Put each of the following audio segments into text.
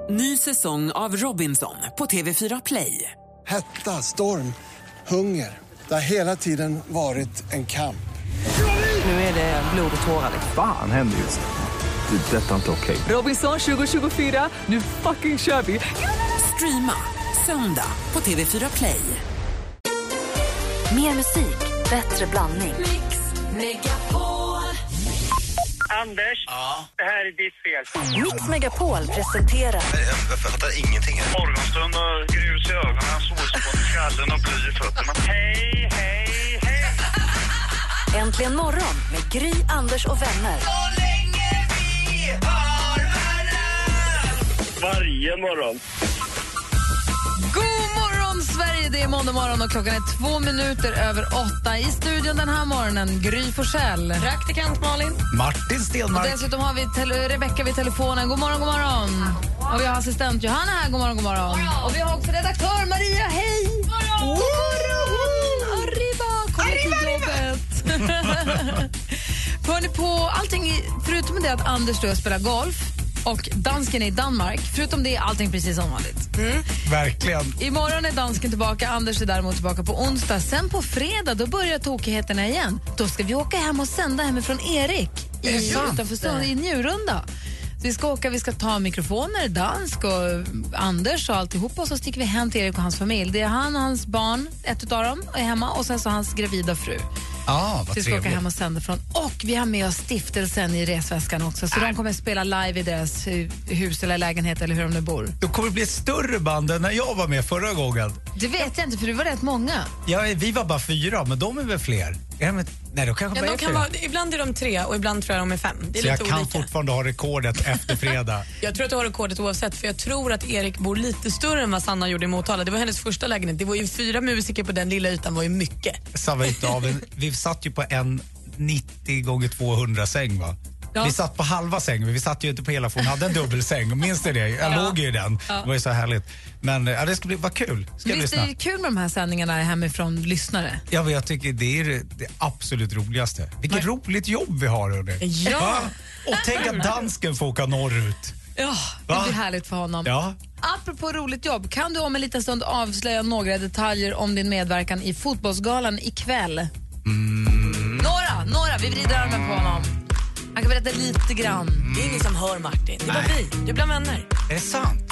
Ny säsong av Robinson på TV4 Play. Hetta, storm, hunger. Det har hela tiden varit en kamp. Nu är det blod och tårar. Fan händer just det. Det är detta inte okej. Robinson 2024, nu fucking kör vi. Streama söndag på TV4 Play. Mer musik, bättre blandning. Mix Megapol. Anders, det här är ditt fel. Mix Megapol presenterar Jag fattar ingenting. Morgonstund och grus i ögonen, solspån i skallen och bly i fötterna. Hej, hej, hej! Äntligen morgon med Gry, Anders och vänner. Så länge vi har varann. Varje morgon. God morgon Sverige, det är måndag morgon och klockan är 2 minuter över 8. I studion den här morgonen, Gry Forssell. Praktikant Malin. Martin Stenmark. Och dessutom har vi Rebecka vid telefonen. God morgon, god morgon. Och vi har assistent Johanna här, god morgon, god morgon. Och vi har också redaktör Maria, hej. God morgon. Arriba, kom till jobbet. Hör ni på allting, förutom det att Anders då spelar golf och dansken är i Danmark. Förutom det är allting precis som vanligt. Verkligen. Imorgon är dansken tillbaka, Anders är däremot tillbaka på onsdag. Sen på fredag, då börjar tokigheterna igen. Då ska vi åka hem och sända hemifrån Erik utanför stan i Njurunda. Så vi ska ta mikrofoner, dansk och Anders och alltihopa. Och så sticker vi hem till Erik och hans familj. Det är han och hans barn, ett utav dem är hemma. Och sen så hans gravida fru. Vad vi ska åka hem och sända från. Och vi har med oss stiftelsen i resväskan också. Så de kommer att spela live i deras hus eller lägenhet eller hur de nu bor. Då kommer det bli ett större band än när jag var med förra gången. Det vet jag inte, för det var rätt många. Ja, vi var bara 4, men de är väl fler? Nej, då kanske bara de kan vara, ibland är de 3 och ibland tror jag de är 5. Det är så lite jag kan olika. fortfarande ha rekordet efter fredag. Jag tror att du har rekordet oavsett, för jag tror att Erik bor lite större än vad Sanna gjorde i Motala. Det var hennes första lägenhet. Det var ju 4 musiker på den lilla ytan, var ju mycket. Vi satt ju på en 90 gånger 200 säng, va? Ja. Vi satt på halva säng, men vi satt ju inte på hela, för hon hade en dubbelsäng. Minns du det? Jag låg ju i den. Det var ju så härligt. Men det ska bli vad kul. Visst är det kul med de här sändningarna hemifrån lyssnare? Ja, jag tycker det är det absolut roligaste. Vilket roligt jobb vi har, hörde. Ja. Och tänk att dansken får åka norrut. Ja, det blir härligt för honom. Ja. Apropå roligt jobb, kan du om en liten stund avslöja några detaljer om din medverkan i fotbollsgalan ikväll? Några, vi vrider armen på honom. Han kan berätta lite grann. Det är ingen som hör, Martin. Det var vi, det är bland vänner. Är det sant?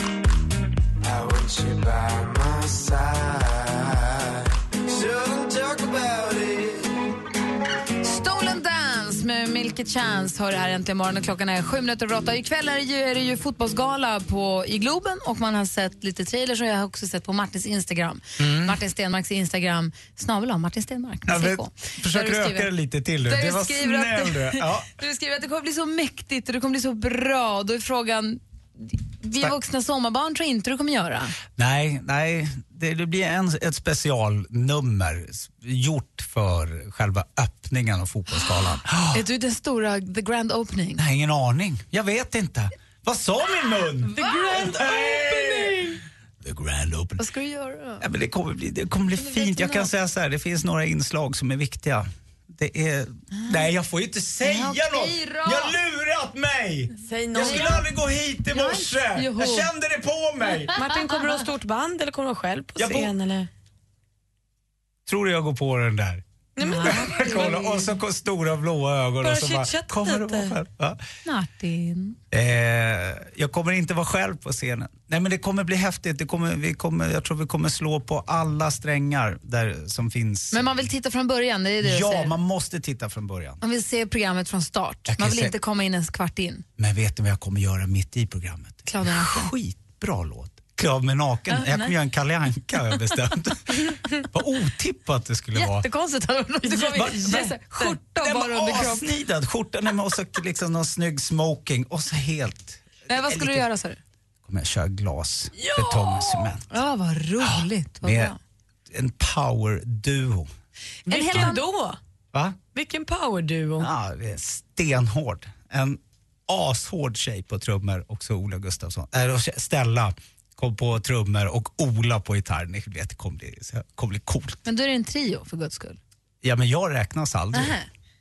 Stolen Dance med Milky Chance hör det här äntligen morgon. Klockan är 7:08. Ikväll är det ju fotbollsgala i Globen och man har sett lite trailers och jag har också sett på Martins Instagram. Martin Stenmarks Instagram, @ Martin Stenmark. Försök röka det lite till nu. Det var snäll. Du skriver att det kommer bli så mäktigt och det kommer bli så bra. Då är frågan, vi vuxna sommarbarn tror inte du kommer göra. Nej, det blir ett specialnummer gjort för själva öppningen av fotbollsgalan. Är du den stora, the grand opening? Nej, ingen aning. Jag vet inte. Vad sa min mun? The grand opening! The grand opening. Vad ska du göra? Ja, men det kommer bli fint. Jag kan säga så här, det finns några inslag som är viktiga. Det är... Nej, jag får ju inte säga något. Jag har lurat mig. Säg något. Jag skulle aldrig gå hit i morse. Jag kände det på mig. Martin, kommer du ha stort band eller kommer du själv på scen? Eller? Tror du jag går på den där? Nej, men kolla, och så stora blåa ögon. bara och så kommer du vara själv? Ja. Martin. Jag kommer inte vara själv på scenen. Nej, men det kommer bli häftigt. Jag tror vi kommer slå på alla strängar där som finns. Men man vill titta från början, det är det Ja, du säger. man måste titta från början. Man vill se programmet från start. Man vill inte komma in ens kvart in. Men vet du vad jag kommer göra mitt i programmet? Klä av mig naken. Skitbra låt. Klä av mig naken. Jag kommer göra en Kalle Anka, har jag bestämt. Vad otippat det skulle vara. Jättekonstigt. Skjorta och bara under kropp. Avsnidad skjorta och så liksom någon snygg smoking och så helt... Nej, vad skulle du göra, så? Kommer jag köra glas, betong och cement. Ja, vad roligt. Vad med bra. en power-duo. Vilken då? Va? Vilken power-duo? Ja, det är stenhård. En ashård tjej på trummor, också Ola Gustafsson. Stella kom på trummor och Ola på gitarr. Det kommer bli coolt. Men då är det en trio, för guds skull. Ja, men jag räknas aldrig. Nähä.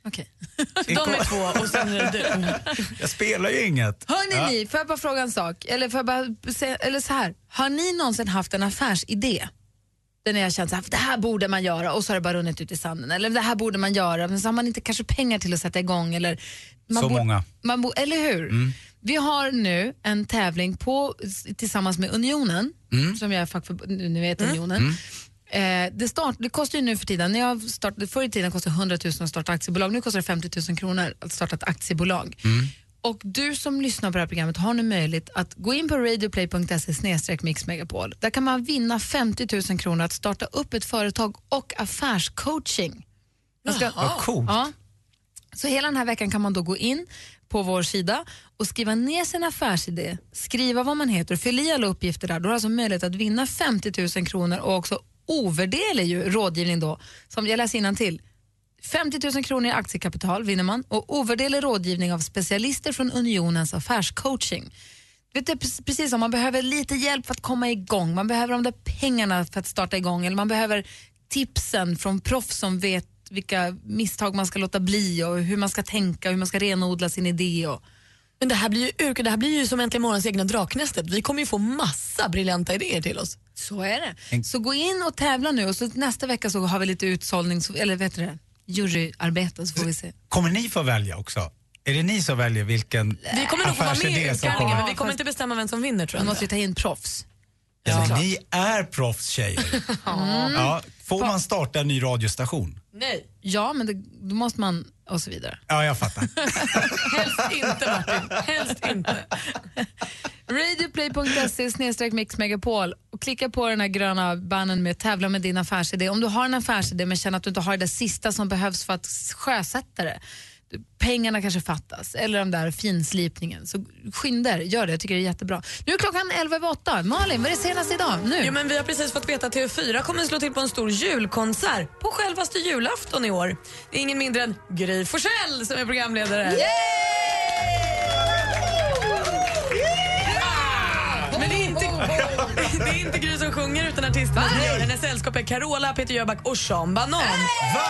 Okej. De är 2 och sen är det du. Jag spelar ju inget. Hörrni, ni, får jag bara fråga en sak? Eller får jag bara säga, eller så här. Har ni någonsin haft en affärsidé? Där ni har känt så här, det här borde man göra och så har det bara runnit ut i sanden. Eller det här borde man göra, men så har man inte kanske pengar till att sätta igång. Eller många. Eller hur? Mm. Vi har nu en tävling tillsammans med Unionen, som jag nu vet Unionen. Det kostar ju nu för tiden, förr i tiden kostade 100 000 att starta aktiebolag, nu kostar det 50 000 kronor att starta ett aktiebolag. Och du som lyssnar på det här programmet har nu möjlighet att gå in på radioplay.se/mixmegapol. Där kan man vinna 50 000 kronor att starta upp ett företag och affärscoaching. Coolt. Ja. Så hela den här veckan kan man då gå in på vår sida och skriva ner sin affärsidé, skriva vad man heter och fylla i alla uppgifter där. Då har alltså möjlighet att vinna 50 000 kronor och också ovärderlig rådgivning då, som jag läser innantill. 50 000 kronor i aktiekapital vinner man och ovärderlig rådgivning av specialister från Unionens affärscoaching. Vet du, precis som man behöver lite hjälp för att komma igång, man behöver de där pengarna för att starta igång, eller man behöver tipsen från proffs som vet vilka misstag man ska låta bli och hur man ska tänka, hur man ska renodla sin idé. Men det här blir ju som Äntligen morgons egna draknästet. Vi kommer ju få massa briljanta idéer till oss. Så är det. Så gå in och tävla nu och så nästa vecka så har vi lite utsållning, eller vet du det? Juryarbete, så får vi se. Kommer ni få välja också? Är det ni som väljer vilken vi kommer nog få vara med i utställningen, men vi kommer inte bestämma vem som vinner, tror jag. Man måste ju ta in proffs. Ja. Ni är proffstjejer. Ja, får man starta en ny radiostation? Nej. Ja, men då måste man och så vidare. Ja, jag fattar. Helst inte, Martin. Helst inte. radioplay.se/mixmegapol och klicka på den här gröna bannen med tävla med din affärsidé. Om du har en affärsidé men känner att du inte har det sista som behövs för att sjösätta det, pengarna kanske fattas, eller den där finslipningen, så skynda er, gör det, jag tycker det är jättebra. Nu är klockan 11:08. Malin, vad är det senaste idag? Nu? Jo, men vi har precis fått veta att TV4 kommer slå till på en stor julkonsert på självaste julafton i år. Det är ingen mindre än Gry Forssell som är programledare. Men det är inte Gry som sjunger, utan artisterna som gör. Hennes sällskap är Carola, Peter Jöback och Sean Banan. Va?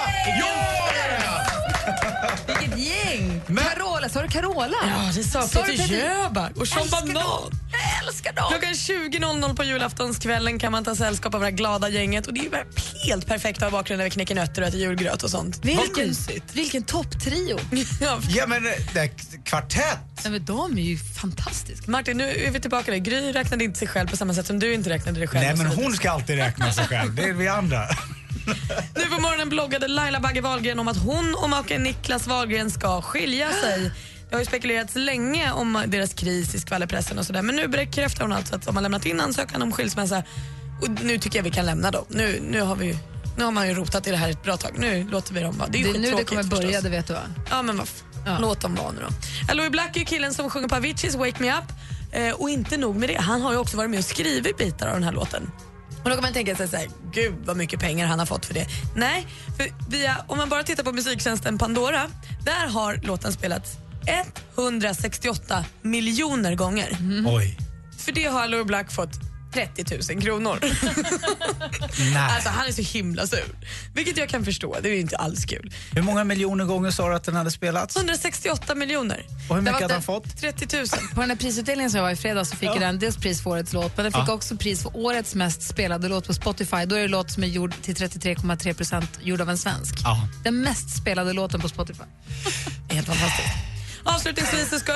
Vilket gäng! Carola, sa du Carola? Ja, det sa Peter Jöback och Sean Banan. Jag älskar dem! Klockan 20.00 på julaftonskvällen kan man ta sällskap av det här glada gänget. Och det är ju helt perfekt att ha bakgrunden när vi knäcker nötter och äter julgröt och sånt. Vilken topptrio! Ja, men det är kvartett. Ja, men de är ju fantastiska. Martin, nu är vi tillbaka där. Gry räknade inte sig själv på samma sätt som du inte räknade dig själv. Nej, men hon ska alltid räkna sig själv. Det är vi andra. Nu på morgonen bloggade Laila Bagge Wahlgren om att hon och maken Niklas Wahlgren ska skilja sig. Det har ju spekulerats länge om deras kris i skvallerpressen och sådär. Men nu bekräftar hon alltså att de har lämnat in ansökan om skilsmässa. Och nu tycker jag vi kan lämna då. Nu har man ju rotat i det här ett bra tag. Nu låter vi dem vara. Det är nu det kommer börja, förstås. Det vet du va? Ja, men låt dem vara nu då. Aloe Black är killen som sjunger på Aviciis Wake Me Up. Och inte nog med det. Han har ju också varit med och skrivit bitar av den här låten. Och då kan man tänka sig så här, gud vad mycket pengar han har fått för det. Nej, för om man bara tittar på musiktjänsten Pandora, där har låten spelats 168 miljoner gånger. Oj. För det har Aloe Black fått 30 000 kronor. Nej. Alltså han är så himla sur. Vilket jag kan förstå, det är ju inte alls kul. Hur många miljoner gånger sa du att den hade spelats? 168 miljoner. Och hur mycket hade han fått? 30 000. På den här prisutdelningen som jag var i fredags så fick den dels pris för årets låt, men den fick också pris för årets mest spelade låt på Spotify. Då är det låt som är gjord till 33,3% gjord av en svensk. Den mest spelade låten på Spotify. Helt fantastiskt. Avslutningsvis så ska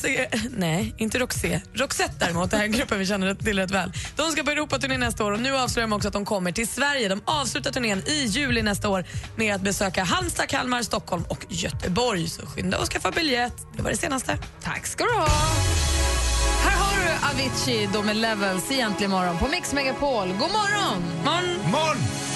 Roxette däremot, den här gruppen vi känner till rätt väl. De ska på Europaturné nästa år och nu avslöjar de också att de kommer till Sverige. De avslutar turnén i juli nästa år med att besöka Halmstad, Kalmar, Stockholm och Göteborg. Så skynda och skaffa biljett. Det var det senaste. Tack ska du ha. Här har du Avicii, de är Levels i Äntligen morgon på Mix Megapol. God morgon! Morgon!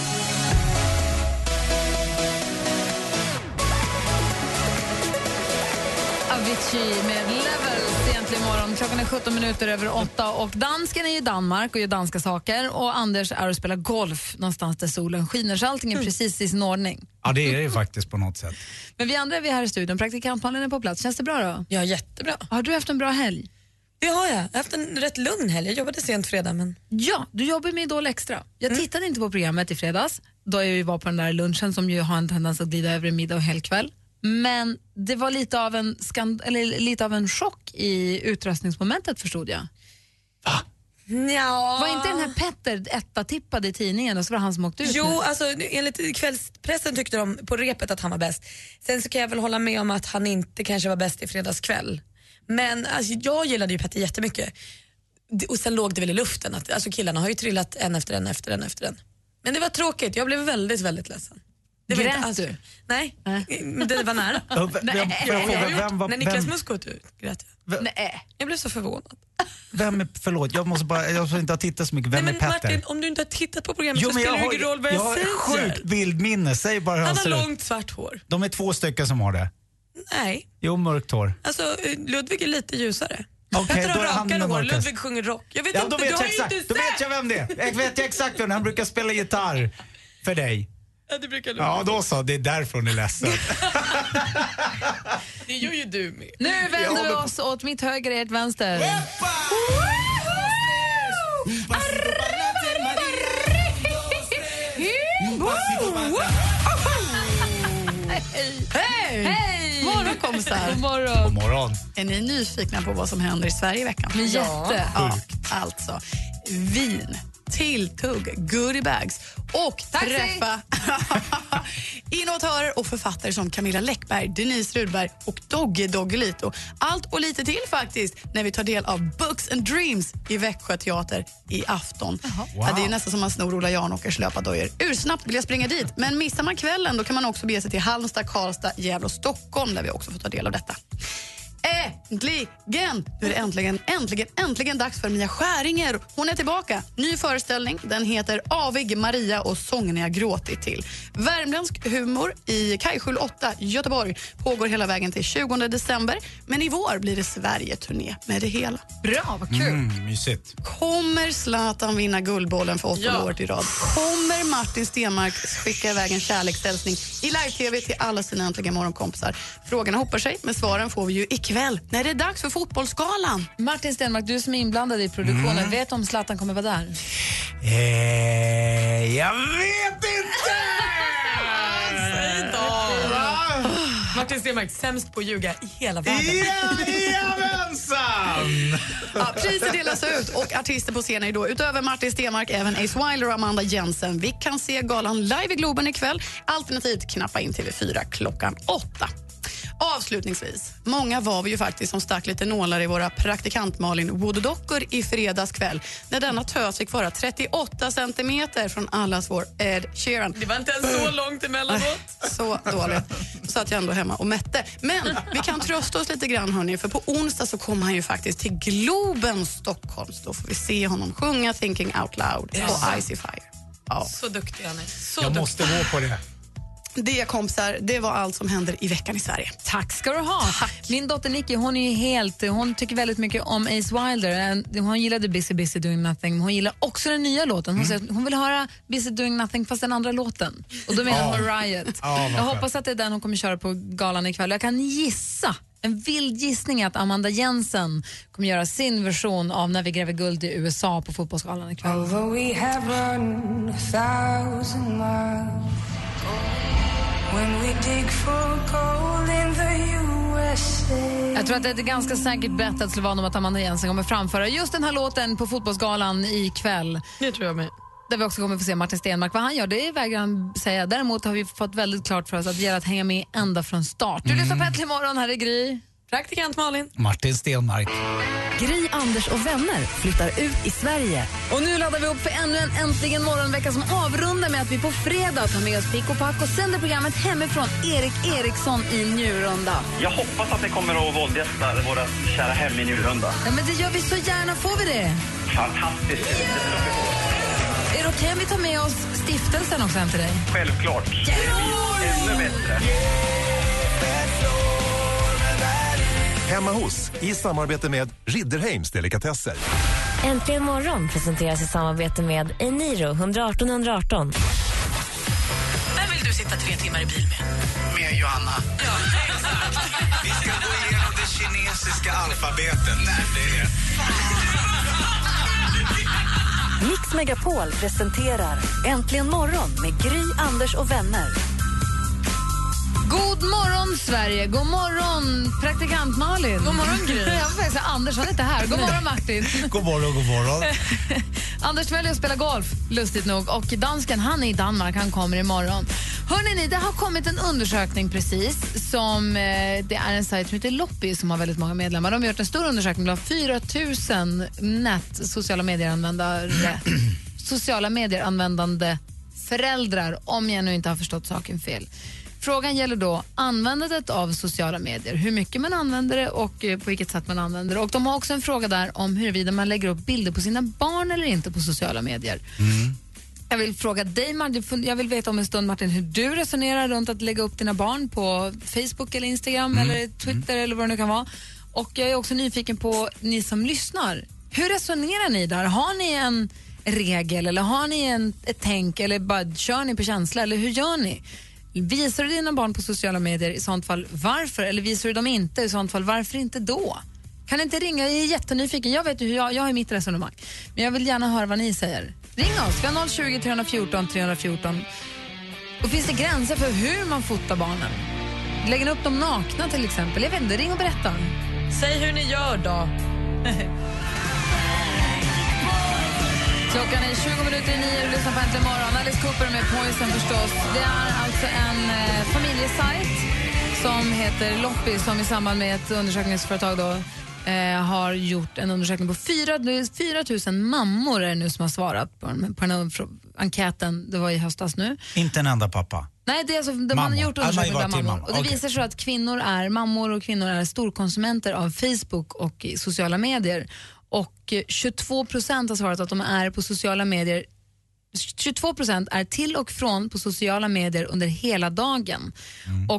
Avicii med Levels egentligen imorgon. Klockan är 17:17 och dansken är i Danmark och gör danska saker och Anders är och spelar golf någonstans där solen skiner, så allting är precis i sin ordning. Ja, det är det faktiskt på något sätt. Men vi andra är här i studion, praktikantpanelen är på plats. Känns det bra då? Ja, jättebra. Har du haft en bra helg? Det har jag. Jag har haft en rätt lugn helg. Jag jobbade sent fredag men... Ja, du jobbar med Idol Extra. Jag tittade inte på programmet i fredags då jag var på den där lunchen som ju har en tendens att glida över en middag och helgkväll. Men det var lite av en chock i utröstningsmomentet, förstod jag. Va? Ja. Var inte den här Petter etta-tippad i tidningen och så var han som åkte ut? Jo, alltså enligt kvällspressen tyckte de på repet att han var bäst. Sen så kan jag väl hålla med om att han inte kanske var bäst i fredagskväll. Men alltså, jag gillade ju Petter jättemycket. Och sen låg det väl i luften att alltså, killarna har ju trillat en efter en. Men det var tråkigt, jag blev väldigt, väldigt ledsen. Grät du? Nej, det var nära. När Niklas Musk åt ut, grät jag. Nej. Jag blev så förvånad. Vem är, förlåt, jag måste inte ha tittat så mycket. Vem är Petter? Martin, om du inte har tittat på programmet så spelar det ingen roll vad jag säger. Jag har sjukt bildminne, säg bara han har långt svart hår. De är 2 stycken som har det. Nej. Jo, mörkt hår. Alltså, Ludvig är lite ljusare. Okay, Petter har rakare hår, Ludvig sjunger rock. Jag vet inte, då vet jag vem det är. Jag vet exakt vem. Han brukar spela gitarr för dig. Ja, det brukar du. Ja, då så. Det är därför hon är ledsen. Det gör ju du med. Nu vänder vi oss åt mitt höger och ert vänster. Hej! Morgon, kompisar. God morgon. God morgon. Är ni nyfikna på vad som händer i Sverige i veckan? Jätte. Ja, alltså. Vin, tilltugg, goodiebags och träffa innovatörer och författare som Camilla Läckberg, Denise Rudberg och Dogge Doggelito. Allt och lite till faktiskt när vi tar del av Books and Dreams i Växjö teater i afton. Wow. Ja, det är nästan som man snor Ola Jarnåkers löpardojor. Ursnabbt vill jag springa dit, men missar man kvällen då kan man också bege sig till Halmstad, Karlstad, Gävle och Stockholm där vi också får ta del av detta. Äntligen! Nu är det äntligen dags för Mia Skäringer. Hon är tillbaka. Ny föreställning. Den heter Avig Maria och sången jag gråtit till. Värmländsk humor i Kajskjul 8, Göteborg. Pågår hela vägen till 20 december. Men i vår blir det Sverige-turné med det hela. Bra, vad kul. Mysigt. Kommer Zlatan vinna Guldbollen för 8 år i rad? Kommer Martin Stenmark skicka iväg en kärlekshälsning i live-tv till alla sina äntligen morgonkompisar? Frågorna hoppar sig, men svaren får vi ju ikväll när det är dags för Fotbollsgalan. Martin Stenmark, du som är inblandad i produktionen, vet om Zlatan kommer vara där? Jag vet inte! Martin Stenmark, sämst på att ljuga i hela världen. Jajamensan! Ja, priser delas ut och artister på scenen är då utöver Martin Stenmark även Ace Wilder och Amanda Jensen. Vi kan se galan live i Globen ikväll. Alternativt knappa in TV4 klockan 8. Avslutningsvis, många var vi ju faktiskt som stack lite nålar i våra praktikant Malin Wooddockor i fredagskväll när denna tös fick vara 38 centimeter från allas vår Ed Sheeran. Det var inte ens så långt emellanåt. Så dåligt. Så att jag ändå hemma och mätte. Men vi kan trösta oss lite grann, hörni, för på onsdag så kommer han ju faktiskt till Globen Stockholm. Då får vi se honom sjunga Thinking Out Loud på Icy Fire. Ja. Så duktig han är. Jag måste gå på det. Det, kompisar, det var allt som händer i veckan i Sverige. Tack ska du ha. Tack. Min dotter Nicky, hon tycker väldigt mycket om Ace Wilder. Hon gillade Busy Busy Doing Nothing, men hon gillar också den nya låten. Hon säger att hon vill höra Busy Doing Nothing fast den andra låten. Och då menar hon Riot. Jag hoppas att det är den hon kommer köra på galan ikväll. Jag kan gissa, en vild gissning, att Amanda Jensen kommer göra sin version av När vi gräver guld i USA på fotbollsgalan ikväll. Jag tror att det är ett ganska säkert bett att slå vad om att Amanda Jensen kommer framföra just den här låten på fotbollsgalan ikväll. Det tror jag med. Där vi också kommer få se Martin Stenmark. Vad han gör, det vägrar han säga. Däremot har vi fått väldigt klart för oss att det gäller att hänga med ända från start. Du lyssnar på Äntligen morgon, här är Gry. Praktikant Malin. Martin Stenmark. Gry, Anders och vänner flyttar ut i Sverige. Och nu laddar vi upp för ännu en Äntligen morgonvecka som avrundar med att vi på fredag tar med oss Pick och Pack och sänder programmet hemifrån Erik Eriksson i Njurunda. Jag hoppas att det kommer att våldgästa våra kära hem i Njurunda. Ja, men det gör vi så gärna. Får vi det? Fantastiskt. Är det okej om vi tar med oss stiftelsen också hem till dig? Självklart. Det blir ännu bättre. Hemma hos, i samarbete med Ridderheims delikatesser. Äntligen morgon presenteras i samarbete med Eniro 118 118. Vem vill du sitta 3 timmar i bil med? Med Johanna. Ja, exakt. Vi ska gå igenom det kinesiska alfabetet. Nej, det är... Mix Megapol presenterar Äntligen morgon med Gry, Anders och vänner. God God morgon, Sverige. God morgon, praktikant Malin. God morgon, Gry. Jag får säga Anders, han är inte här. God morgon, Martin. God morgon, god morgon. Anders väljer att spela golf, lustigt nog. Och dansken, han är i Danmark, han kommer imorgon. Hörrni, det har kommit en undersökning precis som det är en sajt som heter Loppi som har väldigt många medlemmar. De har gjort en stor undersökning bland 4 000 sociala medieranvändande föräldrar, om jag nu inte har förstått saken fel. Frågan gäller då användandet av sociala medier, hur mycket man använder det och på vilket sätt man använder det. Och de har också en fråga där om huruvida man lägger upp bilder på sina barn eller inte på sociala medier. Jag vill fråga dig, Martin, jag vill veta om en stund, Martin, hur du resonerar runt att lägga upp dina barn på Facebook eller Instagram eller Twitter eller vad det nu kan vara. Och jag är också nyfiken på ni som lyssnar. Hur resonerar ni där? Har ni en regel eller har ni ett tänk eller bara kör ni på känsla eller hur gör ni? Visar du dina barn på sociala medier i sånt fall varför? Eller visar du dem inte i sånt fall varför inte då? Kan inte ringa? Jag är jättenyfiken. Jag vet hur jag har mitt resonemang. Men jag vill gärna höra vad ni säger. Ring oss. Vi har 020 314 314. Och finns det gränser för hur man fotar barnen? Lägger upp dem nakna till exempel? Jag vet inte. Ring och berätta. Säg hur ni gör då. Klockan är 20 minuter i 9 och lyssnar på Äntligen morgon. Alice Cooper med Poison förstås. Det är alltså en familjesajt som heter Loppi som i samband med ett undersökningsföretag då, har gjort en undersökning på 4 000 mammor är det nu som har svarat på den här enkäten. Det var i höstas nu. Inte en enda pappa? Nej, det är alltså, man har gjort undersökning bland mammor. Och det visar sig att mammor och kvinnor är storkonsumenter av Facebook och sociala medier. Och 22% har svarat att de är på sociala medier. 22% är till och från på sociala medier under hela dagen. Och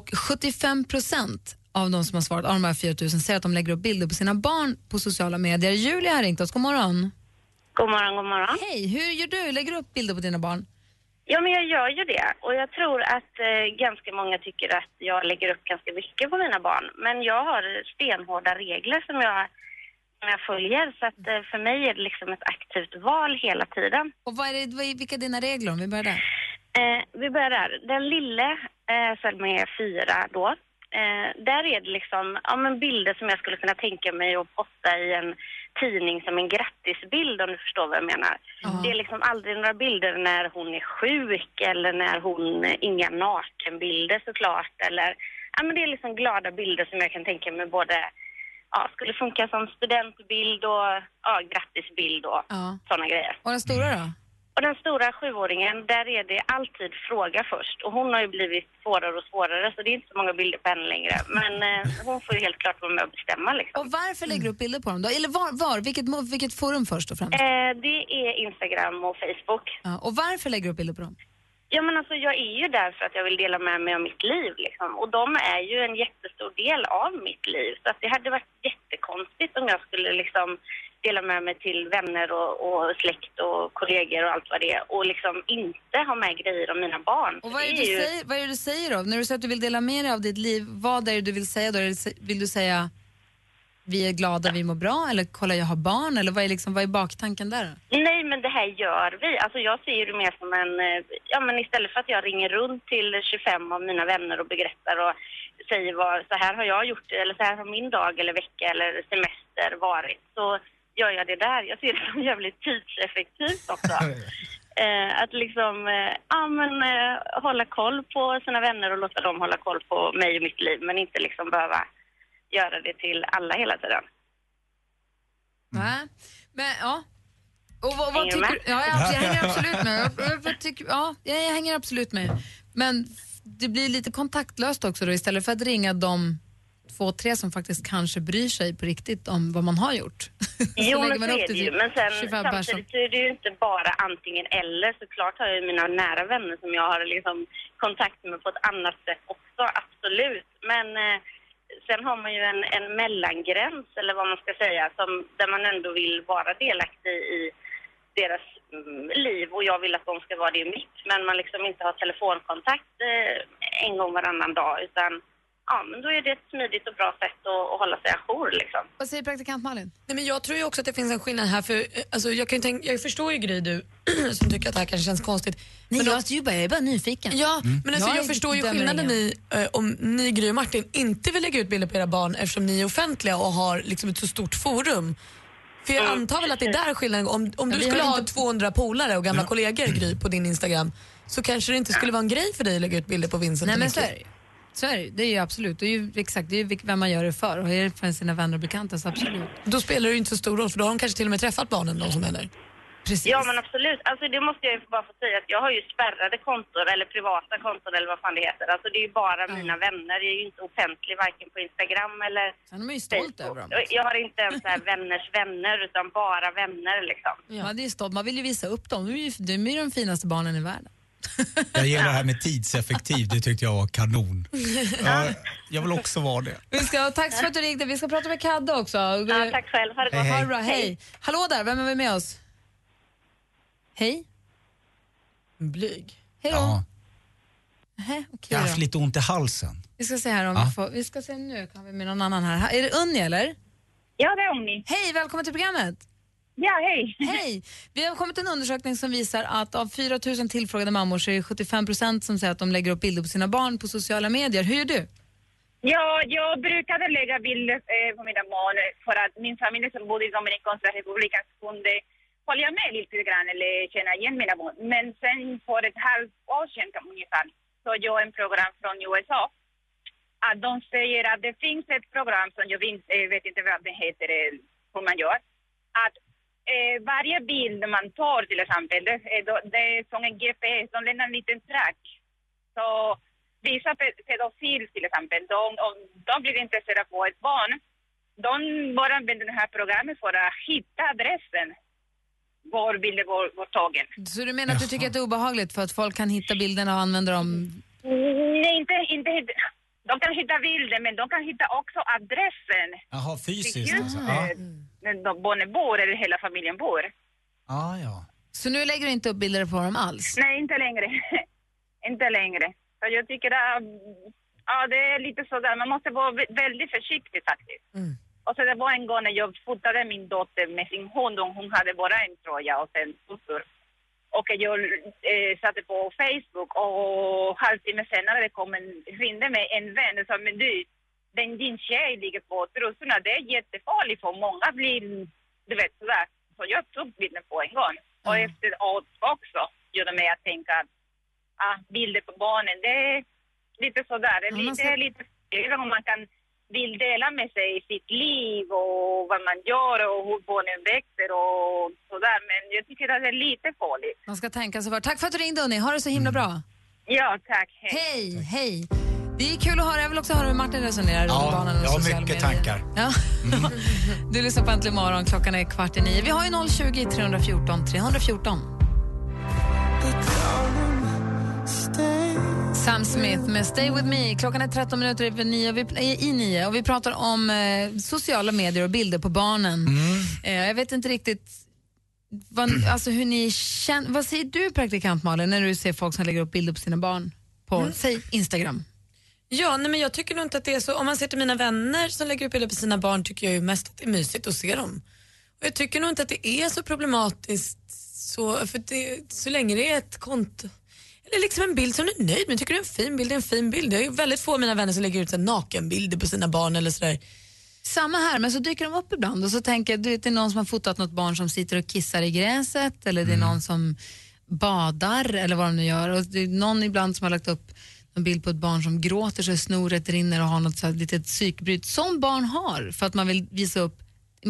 75% av de som har svarat, av de här 4 000, säger att de lägger upp bilder på sina barn på sociala medier. Julia har ringt oss. God morgon. God morgon, god morgon. Hej, hur gör du? Lägger du upp bilder på dina barn? Ja, men jag gör ju det. Och jag tror att ganska många tycker att jag lägger upp ganska mycket på mina barn. Men jag har stenhårda regler som jag följer. Så att för mig är det liksom ett aktivt val hela tiden. Och vilka är dina regler om vi börjar där? Vi börjar där. Den lille som är 4 då. Där är det liksom bilder som jag skulle kunna tänka mig att posta i en tidning som en grattisbild, om du förstår vad jag menar. Det är liksom aldrig några bilder när hon är sjuk eller när inga nakenbilder såklart. Eller, men det är liksom glada bilder som jag kan tänka mig både skulle funka som studentbild och grattisbild och sådana grejer. Och den stora då? Och den stora 7-åringen, där är det alltid fråga först. Och hon har ju blivit svårare och svårare, så det är inte så många bilder på henne längre. Men hon får ju helt klart vara med och bestämma liksom. Och varför lägger du upp bilder på dem då? Eller vilket forum först och främst? Det är Instagram och Facebook. Ja, och varför lägger du upp bilder på dem? Ja, men alltså jag är ju där för att jag vill dela med mig av mitt liv liksom. Och de är ju en jättestor del av mitt liv. Så att det hade varit jättekonstigt om jag skulle liksom dela med mig till vänner och släkt och kollegor och allt vad det är. Och liksom inte ha med grejer om mina barn. Och vad är det du säger då? När du säger att du vill dela med dig av ditt liv, vad är det du vill säga då? Vill du säga vi är glada, vi mår bra? Eller kolla jag har barn? Eller vad är baktanken där? Nej, men det här gör vi. Alltså jag ser det mer som men istället för att jag ringer runt till 25 av mina vänner och berättar och säger så här har jag gjort, eller så här har min dag eller vecka eller semester varit, så gör jag det där. Jag ser det som jävligt tidseffektivt också. Att liksom hålla koll på sina vänner och låta dem hålla koll på mig och mitt liv, men inte liksom behöva göra det till alla hela tiden. Men ja. Och vad tycker du? Ja, jag hänger absolut med. Jag hänger absolut med. Men det blir lite kontaktlöst också då, istället för att ringa de 2-3 som faktiskt kanske bryr sig på riktigt om vad man har gjort. Jo, men så är det ju. Men sen samtidigt så är det ju inte bara antingen eller. Såklart har jag ju mina nära vänner som jag har liksom kontakt med på ett annat sätt också, absolut. Men sen har man ju en mellangräns, eller vad man ska säga, där man ändå vill vara delaktig i deras liv, och jag vill att de ska vara det i mitt, men man liksom inte har telefonkontakt en gång varannan dag, utan ja, men då är det ett smidigt och bra sätt att hålla sig ajour liksom. Vad säger praktikant Malin? Nej, men jag tror ju också att det finns en skillnad här för alltså, jag förstår ju Gry, du som tycker att det här kanske känns konstigt. Nej, men jag är bara nyfiken. Ja, men alltså, jag förstår ju skillnaden i om ni, Gry och Martin, inte vill lägga ut bilder på era barn eftersom ni är offentliga och har liksom ett så stort forum. För jag antar väl att det är där skillnaden. Om du skulle ha 200 polare och gamla kollegor, Gry, på din Instagram, så kanske det inte skulle vara en grej för dig att lägga ut bilder på Vincent. Nej, men så är det. Det är ju absolut. Det är ju exakt, det är ju vem man gör det för. Och är det för sina vänner och bekanta, så absolut. Då spelar det ju inte så stor roll, för då har de kanske till och med träffat barnen, de som är där. Precis. Ja, men absolut. Alltså det måste jag ju bara få säga att jag har ju spärrade kontor eller privata kontor eller vad fan det heter. Alltså det är ju bara mina vänner. Jag är ju inte offentlig varken på Instagram eller Sen är man ju stolt över dem. Jag har inte ens så här vänners vänner utan bara vänner liksom. Ja, det är stolt. Man vill ju visa upp dem. De är ju de finaste barnen i världen. Jag gillar det här med tidseffektiv, det tyckte jag var kanon. Ja, jag vill också vara det. Tack för att du ringde. Vi ska prata med Kadde också. Ja, tack själv. Ha det bra. Ha det bra. Hej. Hallå där, vem är vi med oss? Hej. Blyg. Hej då. Ja. Okay, jag har haft lite ont i halsen. Vi ska se här om vi får. Vi ska se nu, kan vi med någon annan här. Är det Unni eller? Ja, det är Unni. Hej, välkommen till programmet. Ja, hej. Hej. Vi har kommit en undersökning som visar att av 4 000 tillfrågade mammor så är det 75% som säger att de lägger upp bilder på sina barn på sociala medier. Hur gör du? Ja, jag brukade lägga bilder på mina barn för att min familj som bodde i Dominikanska republiken kunde följa med lite grann eller känna igen mina barn. Men sen för ett halvt år sedan ungefär så jag en program från USA att de säger att det finns ett program som jag vet inte vad det heter, hur man gör, att varje bild man tar till exempel, det är som en GPS, de lämnar en liten track. Så vissa pedofil till exempel, de blir intresserade på ett barn. De bara använder det här programmet för att hitta adressen var bilden var tagen. Så du menar att du tycker att det är obehagligt för att folk kan hitta bilderna och använda dem? Nej, inte de kan hitta bilden, men de kan hitta också adressen. Jaha, fysiskt alltså. De barnen bor eller hela familjen bor. Ja. Så nu lägger du inte upp bilder på dem alls? Nej, inte längre. Inte längre. Så jag tycker att det är lite sådär. Man måste vara väldigt försiktig faktiskt. Och så det var en gång när jag fotade min dotter med sin hund och hon hade bara en tröja och sen tutor. Och jag satte på Facebook och halvtimme senare ringde mig en vän och sa, men din tjej ligger på trosorna, det är jättefarligt för många blir, du vet sådär. Så jag tog bilden på en gång. Och efteråt också gjorde mig att tänka att bilder på barnen, det är lite sådär. Det är lite även om man kan vill dela med sig sitt liv och vad man gör och hur barnen växer och sådär. Men jag tycker att det är lite farligt. Man ska tänka sig för. Tack för att du ringde, Unni. Ha det så himla bra. Ja, tack. Hej. Det är kul att höra. Jag vill också höra hur Martin resonerar runt barnen och sociala medier. Ja, jag har mycket tankar. Ja. Du lyssnar på Äntligen morgon. Klockan är 8:45. Vi har ju 020 314 314. Sam Smith med Stay With Me. Klockan är 13 minuter över 9 och vi pratar om sociala medier och bilder på barnen. Jag vet inte riktigt alltså hur ni känner. Vad säger du, praktikant Malin, när du ser folk som lägger upp bilder på sina barn på, säg, Instagram? Ja, nej, men jag tycker nog inte att det är så. Om man ser till mina vänner som lägger upp bilder på sina barn tycker jag ju mest att det är mysigt att se dem. Och jag tycker nog inte att det är så problematiskt för så länge det är ett konto. Eller liksom en bild som du är nöjd med. Tycker du är en fin bild? Jag är väldigt få av mina vänner som lägger ut nakenbilder på sina barn eller sådär. Samma här, men så dyker de upp ibland och så tänker jag, det är någon som har fotat något barn som sitter och kissar i gräset eller det är någon som badar eller vad de nu gör. Och det är någon ibland som har lagt upp en bild på ett barn som gråter så snoret rinner och har något så här litet psykbryt som barn har för att man vill visa upp,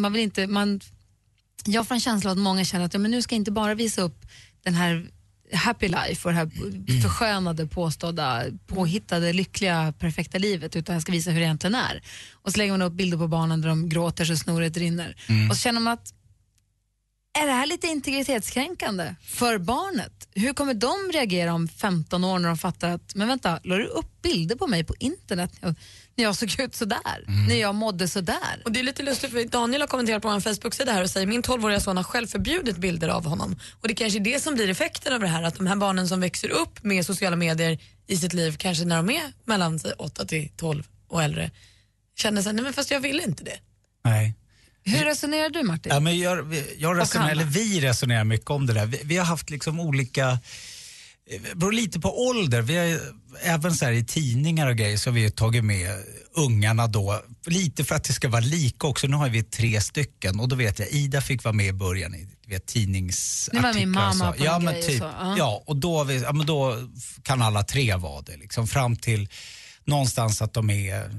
jag får en känsla att många känner att men nu ska jag inte bara visa upp den här happy life och det här förskönade, påhittade, lyckliga, perfekta livet, utan jag ska visa hur det egentligen är. Och så lägger man upp bilder på barnen där de gråter så snoret rinner. Och så känner man att är det här lite integritetskränkande för barnet? Hur kommer de reagera om 15 år när de fattar att, men vänta, la du upp bilder på mig på internet när jag såg ut sådär, när jag mådde sådär? Och det är lite lustigt för Daniel har kommenterat på en Facebook-sida här och säger min 12-åriga son har själv förbjudit bilder av honom. Och det kanske är det som blir effekten av det här, att de här barnen som växer upp med sociala medier i sitt liv, kanske när de är mellan 8 till 12, och äldre känner så här, nej men fast jag vill inte det. Nej. Hur resonerar du, Martin? Ja, men jag resonerar, eller vi resonerar mycket om det där. Vi har haft liksom olika, beror lite på ålder. Vi har även så här i tidningar och grejer så har vi tagit med ungarna då, lite för att det ska vara lika också. Nu har vi 3 stycken och då vet jag, Ida fick vara med i början i tidningsartiklar. Det var min mamma på ja, en men grej typ, och så. ja, och då kan alla 3 vara det liksom, fram till någonstans att de är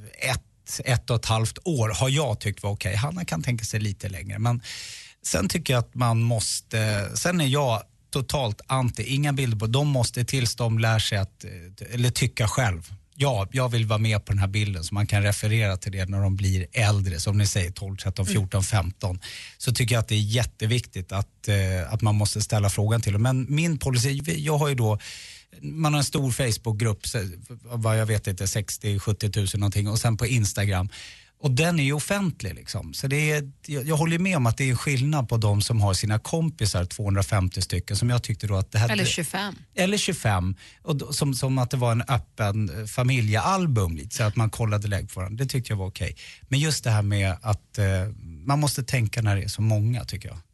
1,5 år har jag tyckt var okej. Hanna kan tänka sig lite längre, men sen tycker jag att man måste, sen är jag totalt anti, inga bilder på, de måste tills de lär sig att, eller tycka själv. Ja, jag vill vara med på den här bilden så man kan referera till det när de blir äldre, som ni säger 12, 13, 14, 15. Så tycker jag att det är jätteviktigt att man måste ställa frågan till dem. Men min policy, jag har ju då, man har en stor Facebookgrupp, vad jag vet inte, 60-70 000 någonting, och sen på Instagram. Och den är ju offentlig liksom. Så det är, jag håller med om att det är en skillnad på de som har sina kompisar, 250 stycken, som jag tyckte då att det här... Eller 25. Eller 25. Och som att det var en öppen familjealbum lite, så att man kollade lägg på varandra. Det tyckte jag var okej. Men just det här med att man måste tänka när det är så många, tycker jag.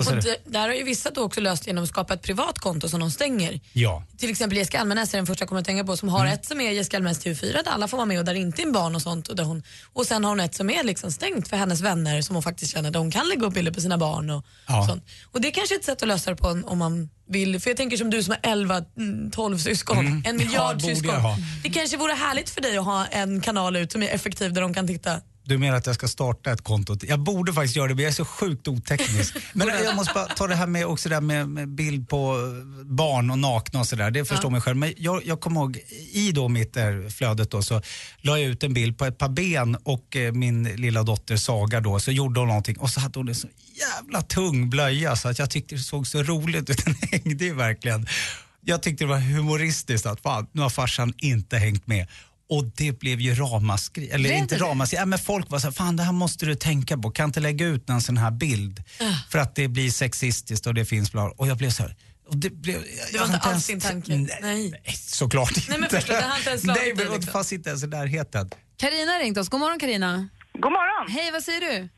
Där har ju vissa då också löst genom att skapa ett privat konto som de stänger. Ja. Till exempel Jessica Almenäs är den första jag kommer att tänka på, som har ett som är Jessica Almenäs TV4 där alla får vara med och där inte är barn och sånt. Och sen har hon ett som är liksom stängt för hennes vänner som hon faktiskt känner där hon kan lägga upp bilder på sina barn och sånt. Och det är kanske ett sätt att lösa det på om man vill. För jag tänker som du som har 11-12 syskon, 1 miljard syskon. Det kanske vore härligt för dig att ha en kanal ut som är effektiv där de kan titta. Du menar att jag ska starta ett konto? Jag borde faktiskt göra det, men jag är så sjukt oteknisk. Men jag måste bara ta det här med också där med bild på barn och nakna och sådär. Det förstår mig själv. Men jag kommer ihåg, i då mitt flödet då, så la jag ut en bild på ett par ben och min lilla dotter Saga då, så gjorde hon någonting och så hade hon en så jävla tung blöja så att jag tyckte det såg så roligt ut. Den hängde ju verkligen. Jag tyckte det var humoristiskt att fan, nu har farsan inte hängt med. Och det blev ju ramaskri, eller inte ramaskri, men folk var så här, fan det här måste du tänka på, kan inte lägga ut en sån här bild för att det blir sexistiskt och det finns bla. Och jag blev så här, och det var inte alls din tanke. Nej, såklart inte. Nej, men förstå, det har inte ens slagit. Nej, men det fanns inte ens i närheten. Carina har ringt oss. God morgon, Carina. God morgon. Hej, vad säger du?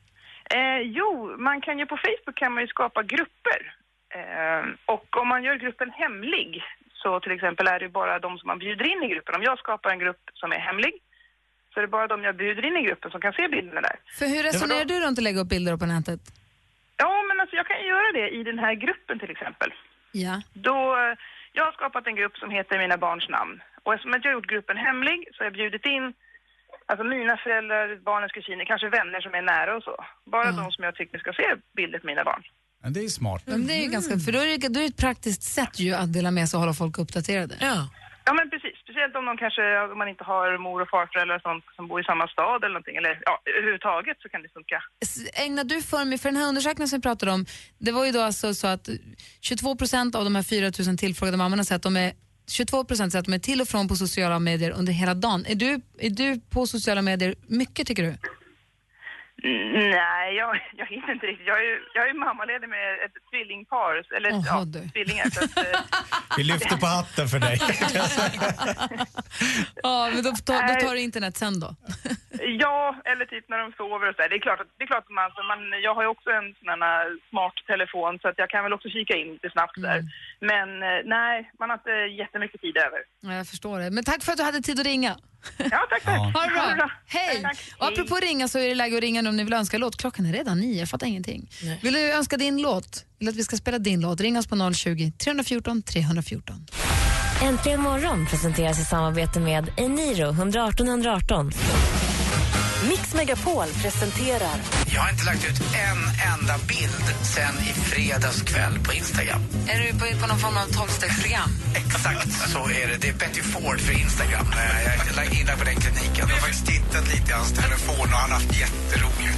Jo, man kan ju på Facebook kan man ju skapa grupper. Och om man gör gruppen hemlig, så till exempel är det bara de som man bjuder in i gruppen. Om jag skapar en grupp som är hemlig, så är det bara de jag bjuder in i gruppen som kan se bilderna där. För hur resonerar du runt att lägga upp bilder på nätet? Ja, men alltså jag kan göra det i den här gruppen till exempel. Ja. Då, jag har skapat en grupp som heter Mina barns namn. Och eftersom jag har gjort gruppen hemlig så har jag bjudit in alltså mina föräldrar, barnens kusiner, kanske vänner som är nära och så. Bara de som jag tycker ska se bilder på mina barn. Ja, det är smart. Men det är ju ganska, för då är det ett praktiskt sätt ju att dela med sig och hålla folk uppdaterade. Ja, men precis. Speciellt om om man inte har mor- och farföräldrar som bor i samma stad eller någonting. Eller överhuvudtaget så kan det funka. Ägnar du för mig, för den här undersökningen som vi pratade om, det var ju då alltså så att 22% av de här 4 000 tillfrågade mammorna säger att de är 22% säger att de är till och från på sociala medier under hela dagen. Är du på sociala medier mycket, tycker du? Nej, jag hinner inte riktigt. Jag är mammaledig med ett tvillingpar, eller tvillingar. Så att, vi lyfter på hatten för dig. Ja, men då tar du internet sen då? Ja, eller typ när de sover och så där. Det är klart att jag har ju också en sån här smart telefon så att jag kan väl också kika in lite snabbt där. Men nej, man har inte jättemycket tid över. Ja, jag förstår det. Men tack för att du hade tid att ringa. Ja, tack. Ha det bra. Hej. Tack. Och apropå ringa så är det läge att ringa om ni vill önska låt. Klockan är redan 9, jag fattar ingenting. Nej. Vill du önska din låt? Vill att vi ska spela din låt? Ring oss på 020-314 314. Äntligen morgon presenteras i samarbete med Eniro 118 118. Mix Megapol presenterar. Jag har inte lagt ut en enda bild sen i fredags kväll på Instagram. Är du på någon form av 12-stegsprogram? Exakt så är det. Det är Betty Ford för Instagram. Jag är lagt in på den kliniken. Jag har faktiskt tittat lite i hans telefon och han har haft jätteroligt.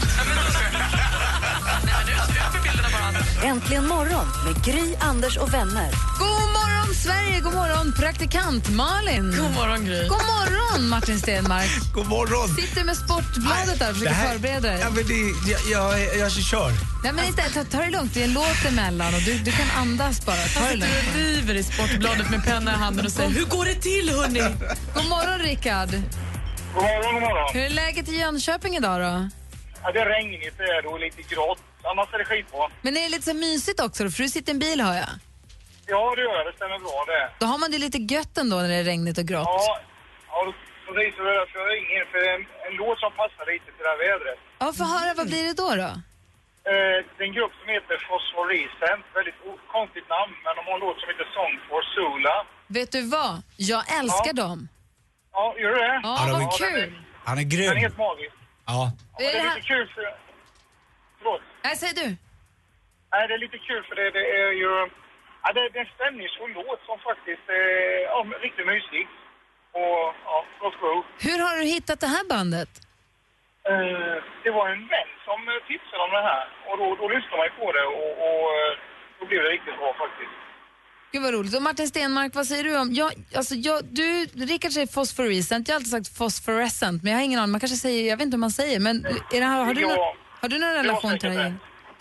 Äntligen morgon med Gry, Anders och vänner. God morgon Sverige, god morgon praktikant Malin. God morgon Gry. God morgon Martin Stenmark. God morgon. Sitter med Sportbladet där och försöker förbereda dig. Ja, men jag kör. Nej, men inte, ta det lugnt, det är en låt emellan och du kan andas bara. Ta det lugnt. Du river i Sportbladet med penna i handen och säger, hur går det till hörni? God morgon Rickard. God morgon. Hur är läget i Jönköping idag då? Ja, det är regnigt och lite grått. Annars är det skitbra. Men är det lite så mysigt också då? För du sitter i en bil, hör jag. Ja, det gör jag. Det stämmer bra det. Då har man det lite gött ändå när det är regnigt och grått. Ja, precis. För jag ringer för en låt som passar lite till det här vädret. Ja, för höra, vad blir det då? Det är en grupp som heter Phosphorescent. Väldigt konstigt namn, men de har en låt som heter Song for Zula. Vet du vad? Jag älskar dem. Ja, gör du det? Ja, vad kul. Han är grym. Den är helt magisk. Ja. Det är lite kul för... Förlåt. Nej, säger du? Nej, det är lite kul för det är ju... Ja, det är en stämningsfull låt som faktiskt är riktigt mysig. Och ja, gott groove. Hur har du hittat det här bandet? Det var en vän som tipsade om det här. Och då lyssnade man på det och då blev det riktigt bra faktiskt. Gud vad roligt. Och Martin Stenmark, vad säger du om... Rickard säger phosphorescent, jag har alltid sagt phosphorescent, men jag har ingen aning. Man kanske säger, jag vet inte hur man säger, men är det här, har du någon relation till det här?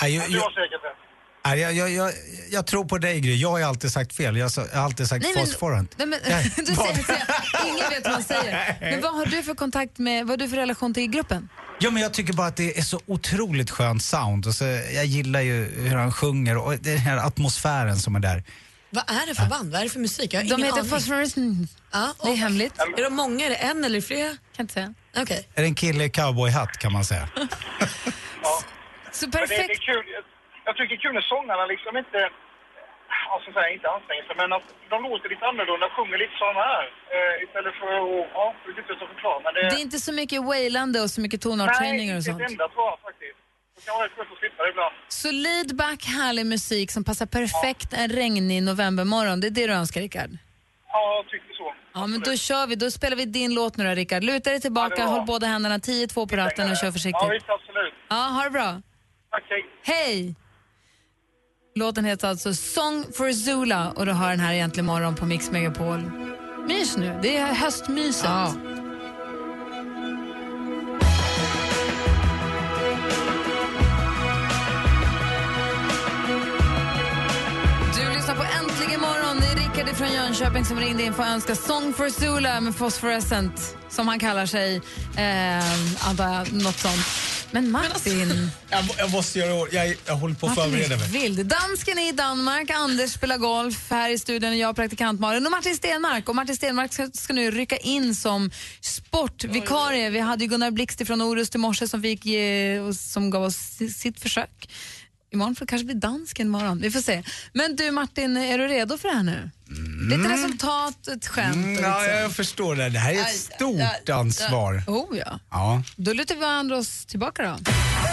Jag tror på dig, Gry. Jag har alltid sagt fel. Jag har alltid sagt fosforant. Du säger, ingen vet vad man säger. Men vad har du för kontakt med, vad har du för relation till gruppen? Ja, men jag tycker bara att det är så otroligt skönt sound. Och så, jag gillar ju hur han sjunger och den här atmosfären som är där. Vad är det för band? Vad är det för musik? Jag har ingen heter Phosphorescent. Ja, det är hemligt. Är de många? Är det en eller flera? Kan inte säga. Okej. Är det en kille i cowboyhatt kan man säga. Så perfekt. Det är kul. Jag tycker det är kul när sångarna liksom inte... Alltså så här, inte anstränger sig, men att de låter lite annorlunda, sjunger lite sån här. Istället för att... det är lite så förklara. Men det är inte så mycket wailande och så mycket tonartträningar och sånt. Nej, inte ett enda tror jag faktiskt. Det kan vara rätt skönt att slippa det ibland. Så laid back, härlig musik som passar perfekt en regnig novembermorgon. Det är det du önskar, Rickard? Ja, jag tycker så. Ja, men då kör vi. Då spelar vi din låt nu då, Rickard. Luta dig tillbaka, håll båda händerna 10-2 på ratten och kör försiktigt. Ja, visst, absolut. Ja, ha det bra. Tack, hej. Hej! Låten heter alltså Song for Zula och du har den här egentligen morgon på Mix Megapol. Mys nu, det är höstmyset. Ja. Du lyssnar på Äntligen morgon. Det är Rickard från Jönköping som ringde in för att önska Song for Zula med Phosphorescent, som han kallar sig. Antar jag, något sånt. Men Martin... Jag måste göra jag håller på att förbereda mig. Vild. Dansken är i Danmark, Anders spelar golf här i studion och jag praktikant Malin och Martin Stenmark. Och Martin Stenmark ska nu rycka in som sportvikarie. Vi hade ju Gunnar Blixt från Orust i morse som gav oss sitt försök. Imorgon får det kanske bli dansken imorgon. Vi får se. Men du Martin, är du redo för det här nu? Lite resultat, ett skämt. Ja, jag förstår det. Det här är ett stort ansvar. Oh ja. Då lutar vi andra oss tillbaka då.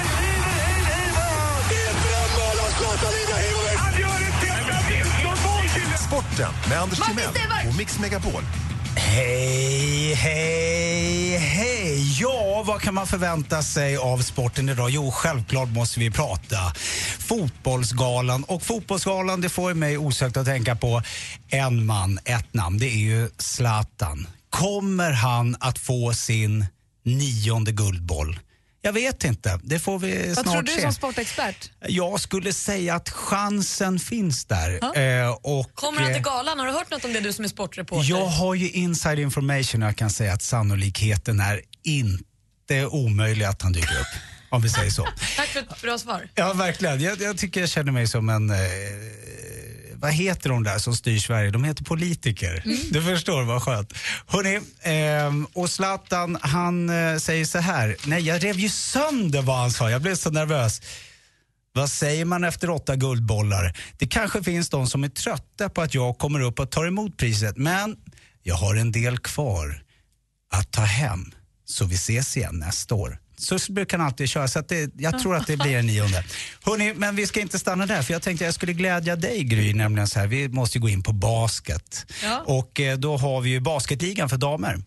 Sporten med Anders Timell och Mix Megapol. Hej, hej, hej. Ja, vad kan man förvänta sig av sporten idag? Jo, självklart måste vi prata fotbollsgalan. Och fotbollsgalan, det får mig osökt att tänka på en man, ett namn. Det är ju Zlatan. Kommer han att få sin 9:e guldboll? Jag vet inte. Det får vi snart se. Vad tror du som sportexpert? Jag skulle säga att chansen finns där. Kommer han till galan? Har du hört något om det, du som är sportreporter? Jag har ju inside information och jag kan säga att sannolikheten är inte omöjlig att han dyker upp. Om vi säger så. Tack för ett bra svar. Ja, verkligen. Jag tycker jag känner mig som en... vad heter de där som styr Sverige? De heter politiker. Du förstår, vad skönt. Hörrni, och Zlatan, han säger så här. Nej, jag rev ju sönder vad han sa. Jag blev så nervös. Vad säger man efter 8 guldbollar? Det kanske finns de som är trötta på att jag kommer upp och tar emot priset. Men jag har en del kvar att ta hem. Så vi ses igen nästa år. Så brukar han alltid köra, så att jag tror att det blir en 9:e. Hörrni, men vi ska inte stanna där, för jag tänkte jag skulle glädja dig, Gry, nämligen så här, vi måste gå in på basket. Ja. Och då har vi ju basketligan för damer.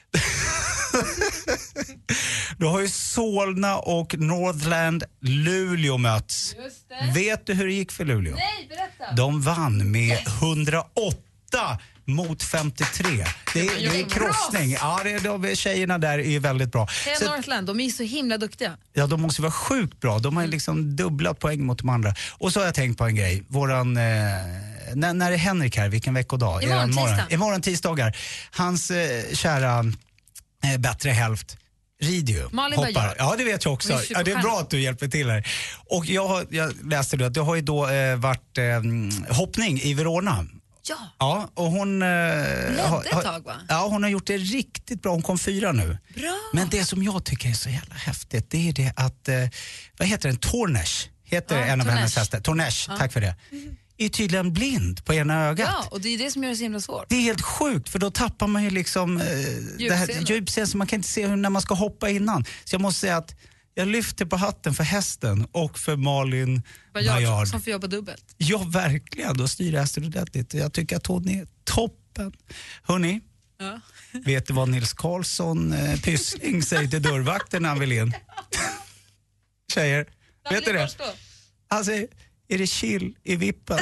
Då har ju Solna och Northland Luleå möts. Just det. Vet du hur det gick för Luleå? Nej, berätta. De vann med 108 mot 53. Det är krossning. Ja, de tjejerna där är ju väldigt bra. Northland, de är så himla duktiga. Ja, de måste vara sjukt bra. De har liksom dubblat poäng mot de andra. Och så har jag tänkt på en grej. Våran... när är Henrik här? Vilken veckodag? Imorgon tisdag. Imorgon tisdagar. Hans kära bättre hälft rider ju. Malin hoppar. Ja, det vet jag också. Ja, det är bra att du hjälper till här. Och jag läste då att det har ju då varit hoppning i Verona. Ja, och hon ledde ett tag, va? Ja, hon har gjort det riktigt bra. Hon kom 4 nu. Bra. Men det som jag tycker är så jävla häftigt, det är det att vad heter den? Tornesh heter en av hennes hästar. Tornesh, tack för det. Är tydligen blind på ena ögat. Ja, och det är det som gör det så himla svårt. Det är helt sjukt, för då tappar man ju liksom det här djupseendet, så man kan inte se när man ska hoppa innan. Så jag måste säga att jag lyfter på hatten för hästen och för Malin Baryard. Som får jobba dubbelt. Ja, verkligen. Då styr hästen ordentligt. Jag tycker att hon är toppen. Hörrni, vet du vad Nils Karlsson Pyssling säger till dörrvakten när han vill in? Tjejer, vet du det? Han säger, är det chill i vippen?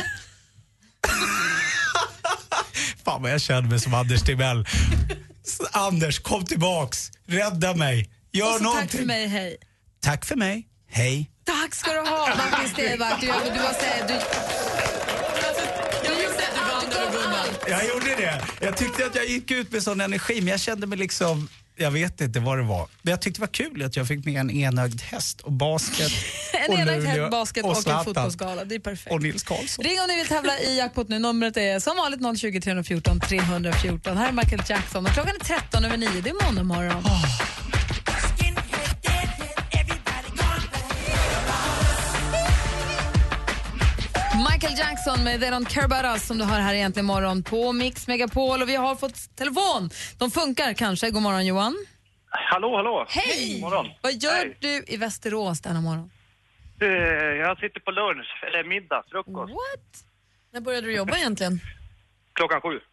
Fan vad jag känner mig som Anders Timell. Anders, kom tillbaks. Rädda mig. Gör någonting. Tack för mig, hej. Tack för mig, hej. Tack ska du ha, Martin Stenmark. Du var Jag gjorde det. Jag tyckte att jag gick ut med sån energi, men jag kände mig liksom... Jag vet inte vad det var. Men jag tyckte det var kul att jag fick med en enögd häst och basket. En enögd häst, basket och en fotbollsgala. Det är perfekt. Och Nils Karlsson. Ring om ni vill tävla i jackpot nu. Numret är som vanligt 020 314 314. Här är Michael Jackson och klockan är 13:09. Det är måndag morgon. Michael Jackson med They Don't Care About Us som du har här egentligen morgon på Mix Megapol, och vi har fått telefon. De funkar kanske. God morgon, Johan. Hallå. Hej! God morgon. Vad gör du i Västerås denna morgon? Jag sitter på lunch, eller middag, frukost. What? När började du jobba egentligen? 7:00.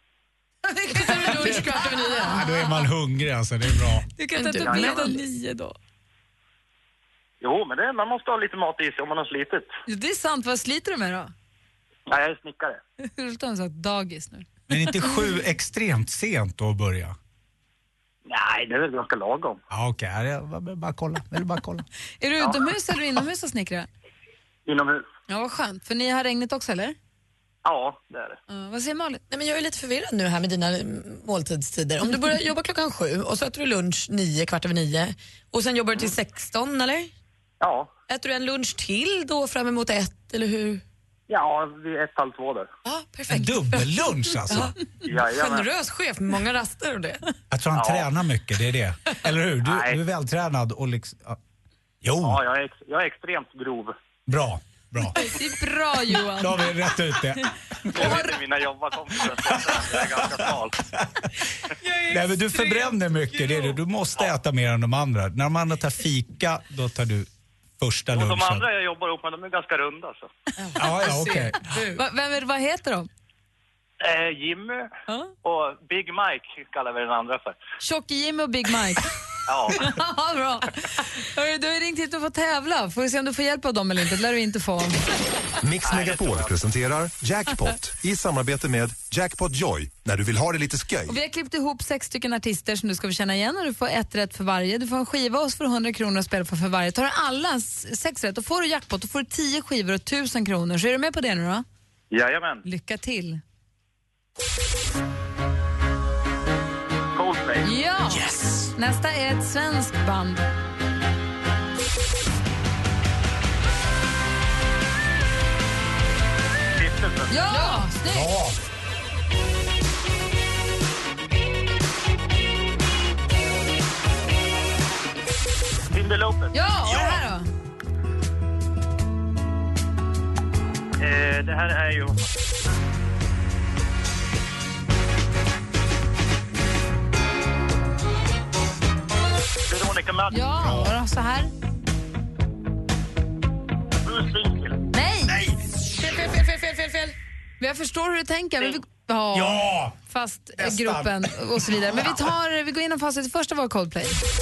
Då är man hungrig alltså, det är bra. Du kan inte bli 9 då. Jo, men man måste ha lite mat i sig om man har slitit. Det är sant. Vad sliter du med då? Nej, jag är snickare. Hur har du sagt dagis nu? Men inte 7 extremt sent då att börja? Nej, det är väl ganska lagom. Ja, okej. Jag vill bara kolla. Är du utomhus eller inomhus och snickrar? Inomhus. Ja, vad skönt. För ni har regnat också, eller? Ja, det är det. Vad säger Malin? Nej, men jag är lite förvirrad nu här med dina måltidstider. Om du börjar jobba 7:00 och så äter du lunch 9:15 och sen jobbar du till 16, eller? Ja. Äter du en lunch till då fram emot 1, eller hur? Ja, vi är 1:30 där. Ja, perfekt. En dubbellunch alltså? Ja. Generös chef med många raster och det. Jag tror han tränar mycket, det är det. Eller hur? Du är vältränad och liksom... Ja. Jo. Ja, jag är extremt grov. Bra. Det är bra, Johan. Då har vi rätt ut det. Jag vet inte, mina jobbarkompisar jag är ganska smal. Nej, men du förbränner mycket, det är det. Du måste äta mer än de andra. När de andra tar fika, då tar du första lunchen. Och de andra jag jobbar ihop med, de är ganska runda. Så. Ja, okej. Vad heter de? Jimmy och Big Mike kallar vi den andra för. Tjocke Jimmy och Big Mike. Ja. Bra. Du har ringt hit och fått tävla. Får vi se om du får hjälp av dem eller inte. Det lär du inte få. Mix Megapol presenterar Jackpot i samarbete med Jackpot Joy, när du vill ha det lite sköj. Och vi har klippt ihop 6 stycken artister som du ska få känna igen, och du får 1 rätt för varje. Du får en skiva och så får 100 kronor att spela för varje. Tar du alla 6 rätt, då får du jackpot. Då får du 10 skivor och 1000 kronor. Så är du med på det nu då? Jajamän. Lycka till. Coldplay. Ja! Yes. Nästa är ett svenskt band. Ja! Snyggt! Ja. Cyndi Lauper. Ja, och det här då? Det här är ju... Veronica Maggio. Ja, och då så här. Bruce Springsteen. Nej! Fel. Men jag förstår hur du tänker. Men ja! Fast nästan. Gruppen och så vidare. Men vi går igenom facit. Det första var Coldplay.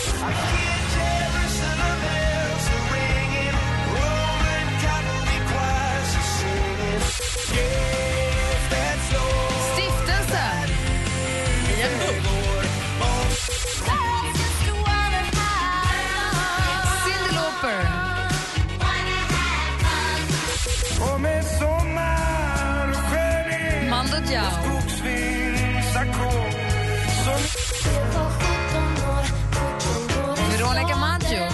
Stiftelsen. Cyndi Lauper. Mando Diao. Monica Maggio.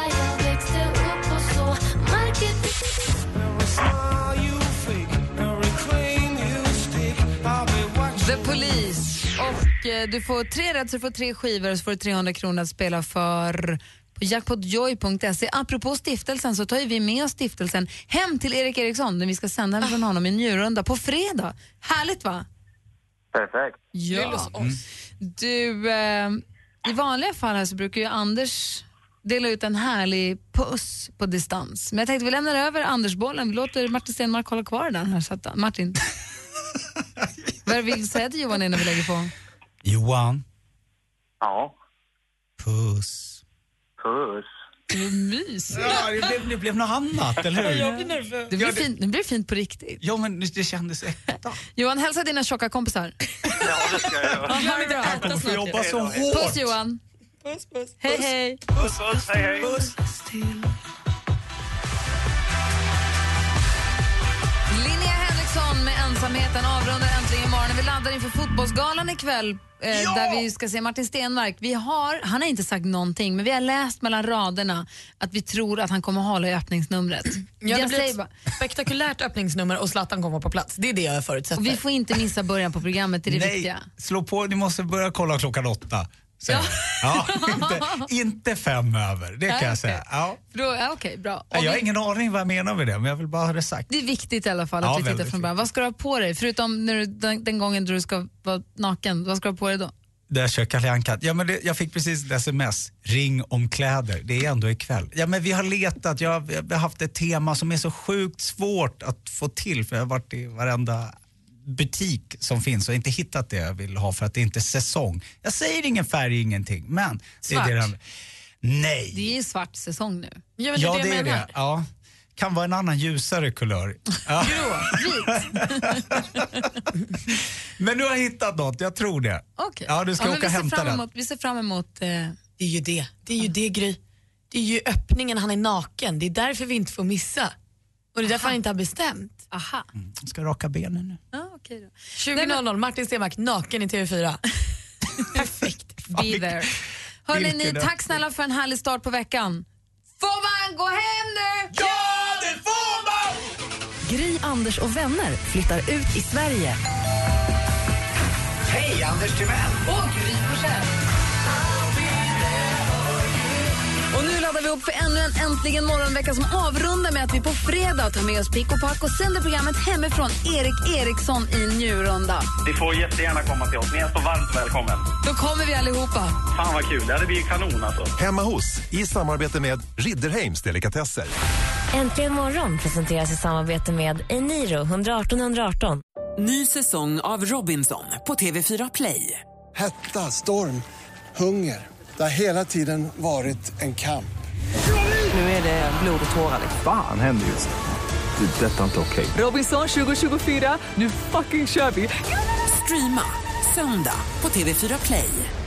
The Police. Och du får 3 rätt så du får 3 skivor och så får du 300 kronor att spela för på jackpotjoy.se. Apropå stiftelsen så tar ju vi med oss stiftelsen hem till Erik Eriksson när vi ska sända hem från honom i en njurrunda på fredag. Härligt va? Perfekt. Ja. Du, i vanliga fall här så brukar ju Anders dela ut en härlig puss på distans. Men jag tänkte vi lämnar över Andersbollen. Vi låter Martin Stenmark hålla kvar den här. Så att, Martin, vad vill du säga till Johan innan vi lägger på? Johan? Ja? Puss. Puss. Det mys. Ja, det blev något annat, eller hur? Jag blir nervös. Det blir fint på riktigt. Ja, men det kändes äkta. Johan, hälsa dina tjocka kompisar. Ja, det ska jag göra. Ha det bra. Jag får jobba så hårt. Puss, Johan. Puss, puss. Hej, hej. Puss, puss. Hej, hej. Puss. Linnea Henriksson med Ensamheten avrundar äntligen imorgon. Vi laddar inför fotbollsgalan ikväll där vi ska se Martin Stenmark. Han har inte sagt någonting, men vi har läst mellan raderna att vi tror att han kommer hålla i öppningsnumret. Ja, det blir ett spektakulärt öppningsnummer och Zlatan kommer på plats. Det är det jag förutsätter. Och vi får inte missa början på programmet, det är det viktiga. Slå på, ni måste börja kolla klockan 8. Ja, inte 5 över, det kan jag säga. Ja. Okej, bra. Jag har ingen aning vad jag menar med det, men jag vill bara ha det sagt. Det är viktigt i alla fall att vi tittar från början. Vad ska du ha på dig? Förutom när den gången du ska vara naken, vad ska du ha på dig då? Där kör Kalle Anka. Ja, men jag fick precis ett sms. Ring om kläder. Det är ändå ikväll. Ja, men vi har letat. Jag har haft ett tema som är så sjukt svårt att få till. För jag har varit i varenda butik som finns och inte hittat det jag vill ha för att det inte är säsong. Jag säger ingen färg, ingenting. Men svart. Det är det. Nej. Det är svart säsong nu. Ja, det är det. Ja. Kan vara en annan ljusare kulör. Ja. Grå, vit. Men nu har jag hittat något, jag tror det. Okay. Ja, du ska åka och hämta den. Vi ser fram emot... Det är ju det. Det är ju det, Gry. Det är ju öppningen, han är naken. Det är därför vi inte får missa. Och det är därför han inte har bestämt. Aha. Jag ska raka benen nu. Ja, okej då. 20.00, Martin Stenmark, naken i TV4. Perfekt. Be there. Hörrni, tack snälla för en härlig start på veckan. Får man gå hem nu? Ja, det får man! Gry, Anders och vänner flyttar ut i Sverige. Hej, Anders Timell! Och Gry Forssell. Och nu laddar vi upp för ännu en äntligen morgonvecka som avrundar med att vi på fredag tar med oss pick och pack och sänder programmet hemifrån Erik Eriksson i njurunda. Ni får jättegärna komma till oss. Ni är så varmt välkommen. Då kommer vi allihopa. Fan vad kul, det blir ju kanon alltså. Hemma hos, i samarbete med Ridderheims delikatesser. Äntligen morgon presenteras i samarbete med Eniro 118 118. Ny säsong av Robinson på TV4 Play. Hetta, storm, hunger. Det har hela tiden varit en kamp. Nu är det blod och tårar. Fan händer just det. Detta är inte okej. Robinson 2024, nu fucking kör vi. Streama söndag på TV4 Play.